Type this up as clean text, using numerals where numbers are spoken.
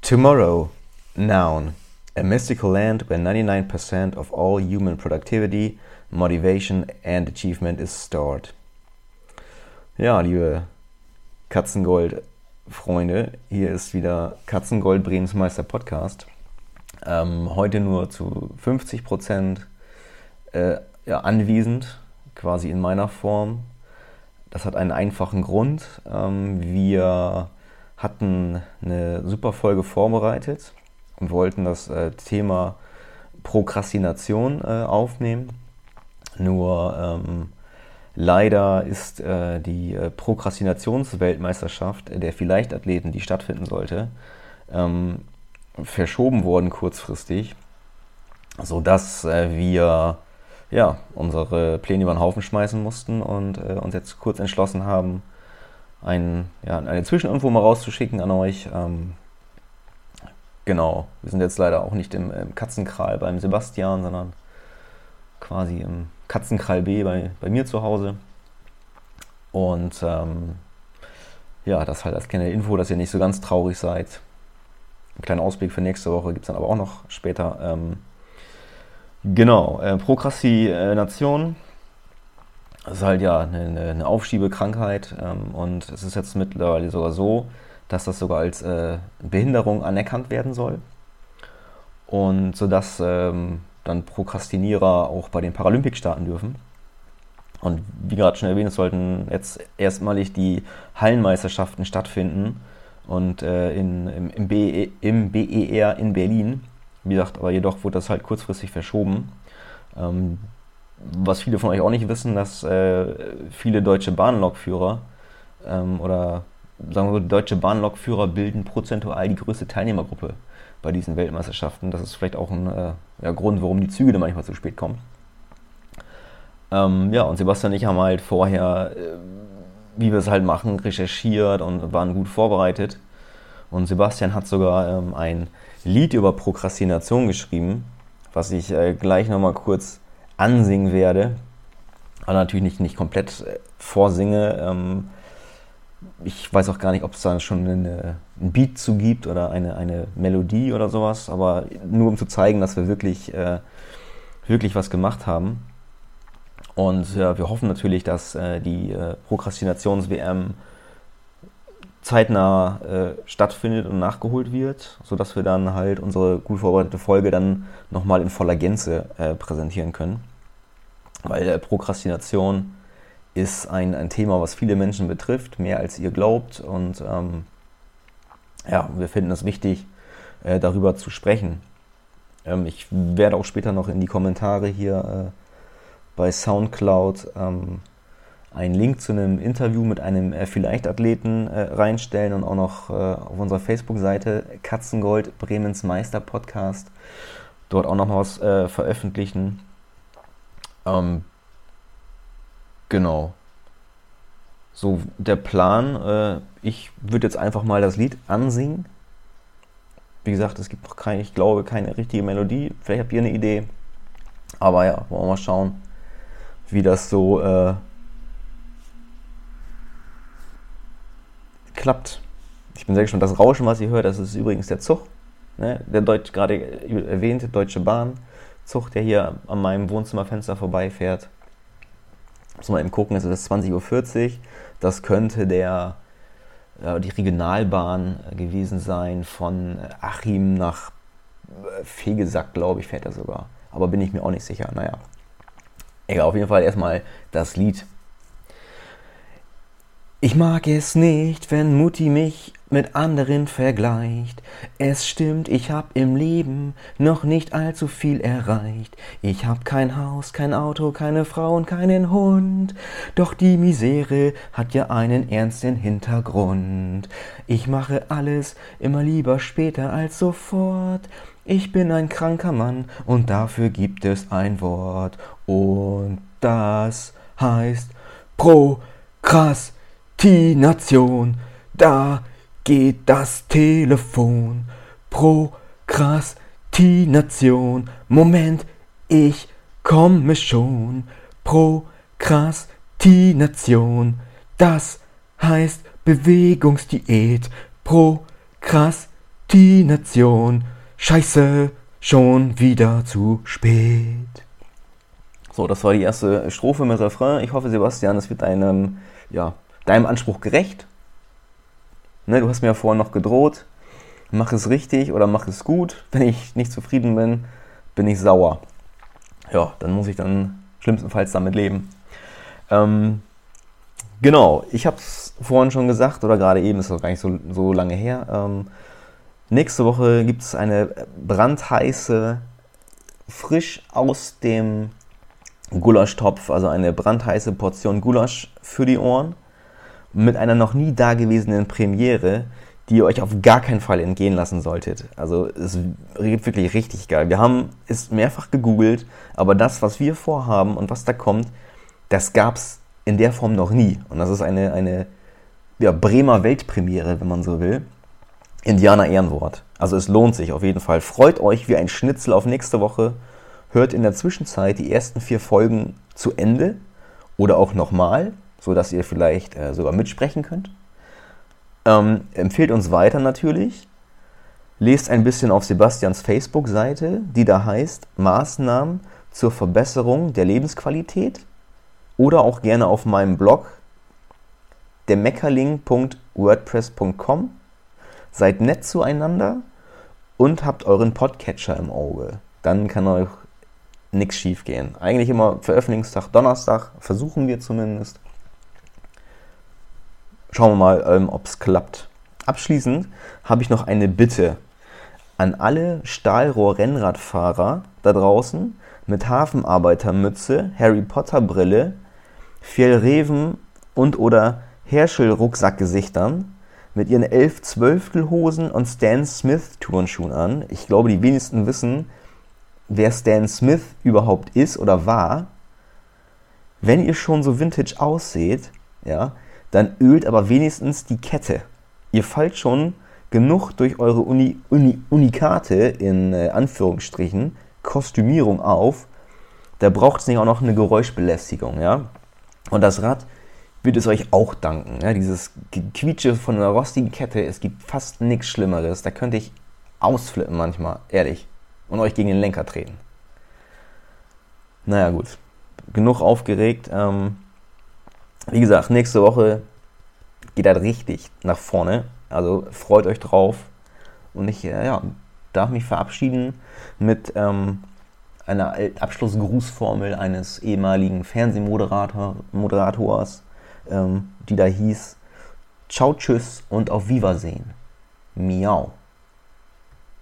Tomorrow, noun, a mystical land where 99% of all human productivity, motivation and achievement is stored. Ja, liebe Katzengold-Freunde, hier ist wieder Katzengold Bremens Meister Podcast. Heute nur zu 50% anwesend, quasi in meiner Form. Das hat einen einfachen Grund. Wir hatten eine super Folge vorbereitet und wollten das Thema Prokrastination aufnehmen. Nur leider ist die Prokrastinationsweltmeisterschaft der Vielleichtathleten, die stattfinden sollte, verschoben worden kurzfristig, sodass wir unsere Pläne über den Haufen schmeißen mussten und uns jetzt kurz entschlossen haben, eine Zwischeninfo mal rauszuschicken an euch. Genau, wir sind jetzt leider auch nicht im Katzenkral beim Sebastian, sondern quasi im Katzenkral B bei mir zu Hause. Und das halt als kleine Info, dass ihr nicht so ganz traurig seid. Ein kleiner Ausblick für nächste Woche gibt es dann aber auch noch später. Prokrastination. Das ist halt eine Aufschiebekrankheit und es ist jetzt mittlerweile sogar so, dass das sogar als Behinderung anerkannt werden soll und sodass dann Prokrastinierer auch bei den Paralympics starten dürfen. Und wie gerade schon erwähnt, es sollten jetzt erstmalig die Hallenmeisterschaften stattfinden und im BER in Berlin. Wie gesagt, aber jedoch wurde das halt kurzfristig verschoben. Was viele von euch auch nicht wissen, dass viele deutsche Bahnlokführer oder sagen wir so, deutsche Bahnlokführer bilden prozentual die größte Teilnehmergruppe bei diesen Weltmeisterschaften. Das ist vielleicht auch ein Grund, warum die Züge dann manchmal zu spät kommen. Und Sebastian und ich haben halt vorher, wie wir es halt machen, recherchiert und waren gut vorbereitet. Und Sebastian hat sogar ein Lied über Prokrastination geschrieben, was ich gleich nochmal kurz ansingen werde, aber natürlich nicht komplett vorsinge. Ich weiß auch gar nicht, ob es da schon einen Beat zu gibt oder eine Melodie oder sowas, aber nur um zu zeigen, dass wir wirklich was gemacht haben. Und wir hoffen natürlich, dass die Prokrastinations-WM zeitnah stattfindet und nachgeholt wird, sodass wir dann halt unsere gut vorbereitete Folge dann nochmal in voller Gänze präsentieren können. Weil Prokrastination ist ein Thema, was viele Menschen betrifft, mehr als ihr glaubt. Und wir finden es wichtig, darüber zu sprechen. Ich werde auch später noch in die Kommentare hier bei Soundcloud einen Link zu einem Interview mit einem Vielleichtathleten reinstellen und auch noch auf unserer Facebook-Seite Katzengold Bremens Meister Podcast dort auch noch mal was veröffentlichen. Genau. So der Plan. Ich würde jetzt einfach mal das Lied ansingen. Wie gesagt, es gibt noch keine richtige Melodie. Vielleicht habt ihr eine Idee. Aber ja, wollen wir mal schauen, wie das so klappt. Ich bin sehr gespannt. Das Rauschen, was ihr hört, das ist übrigens der Zug. Ne? Der gerade erwähnte Deutsche Bahn-Zug, der hier an meinem Wohnzimmerfenster vorbeifährt. Muss mal eben gucken, es ist 20.40 Uhr. Das könnte die Regionalbahn gewesen sein von Achim nach Vegesack, glaube ich, fährt er sogar. Aber bin ich mir auch nicht sicher. Naja. Egal, auf jeden Fall erstmal das Lied. Ich mag es nicht, wenn Mutti mich mit anderen vergleicht. Es stimmt, ich hab im Leben noch nicht allzu viel erreicht. Ich hab kein Haus, kein Auto, keine Frau und keinen Hund. Doch die Misere hat ja einen ernsten Hintergrund. Ich mache alles immer lieber später als sofort. Ich bin ein kranker Mann und dafür gibt es ein Wort. Und das heißt Prokrastination. Da geht das Telefon. Prokrastination. Moment, ich komme schon. Prokrastination. Das heißt Bewegungsdiät. Prokrastination. Die Nation, scheiße, schon wieder zu spät. So, das war die erste Strophe mit Refrain. Ich hoffe, Sebastian, es wird deinem Anspruch gerecht. Ne, du hast mir ja vorhin noch gedroht, mach es richtig oder mach es gut. Wenn ich nicht zufrieden bin, bin ich sauer. Ja, dann muss ich dann schlimmstenfalls damit leben. Genau, ich habe es vorhin schon gesagt, oder gerade eben, ist das gar nicht so lange her. Nächste Woche gibt es eine brandheiße, frisch aus dem Gulaschtopf, also eine brandheiße Portion Gulasch für die Ohren, mit einer noch nie dagewesenen Premiere, die ihr euch auf gar keinen Fall entgehen lassen solltet. Also es wird wirklich richtig geil. Wir haben es mehrfach gegoogelt, aber das, was wir vorhaben und was da kommt, das gab es in der Form noch nie. Und das ist eine Bremer Weltpremiere, wenn man so will. Indianer Ehrenwort. Also es lohnt sich auf jeden Fall. Freut euch wie ein Schnitzel auf nächste Woche. Hört in der Zwischenzeit die ersten 4 Folgen zu Ende oder auch nochmal, sodass ihr vielleicht sogar mitsprechen könnt. Empfehlt uns weiter natürlich. Lest ein bisschen auf Sebastians Facebook-Seite, die da heißt Maßnahmen zur Verbesserung der Lebensqualität. Oder auch gerne auf meinem Blog dermeckerling.wordpress.com. Seid nett zueinander und habt euren Podcatcher im Auge. Dann kann euch nichts schief gehen. Eigentlich immer Veröffentlichungstag Donnerstag, versuchen wir zumindest. Schauen wir mal, ob es klappt. Abschließend habe ich noch eine Bitte an alle Stahlrohr-Rennradfahrer da draußen mit Hafenarbeitermütze, Harry Potter Brille, Fjällräven und oder Herschel-Rucksackgesichtern mit ihren 11/12 Hosen und Stan Smith Turnschuhen an. Ich glaube, die wenigsten wissen, wer Stan Smith überhaupt ist oder war. Wenn ihr schon so vintage ausseht, ja, dann ölt aber wenigstens die Kette. Ihr fallt schon genug durch eure Unikate, in Anführungsstrichen, Kostümierung auf. Da braucht es nicht auch noch eine Geräuschbelästigung, ja. Und das Rad wird es euch auch danken. Ja? Dieses Gequietsche von einer rostigen Kette, es gibt fast nichts Schlimmeres. Da könnte ich ausflippen manchmal, ehrlich. Und euch gegen den Lenker treten. Naja gut, genug aufgeregt. Wie gesagt, nächste Woche geht das richtig nach vorne. Also freut euch drauf. Und ich darf mich verabschieden mit einer Abschlussgrußformel eines ehemaligen Fernsehmoderators, die da hieß: Ciao, tschüss und auf Wiedersehen. Miau.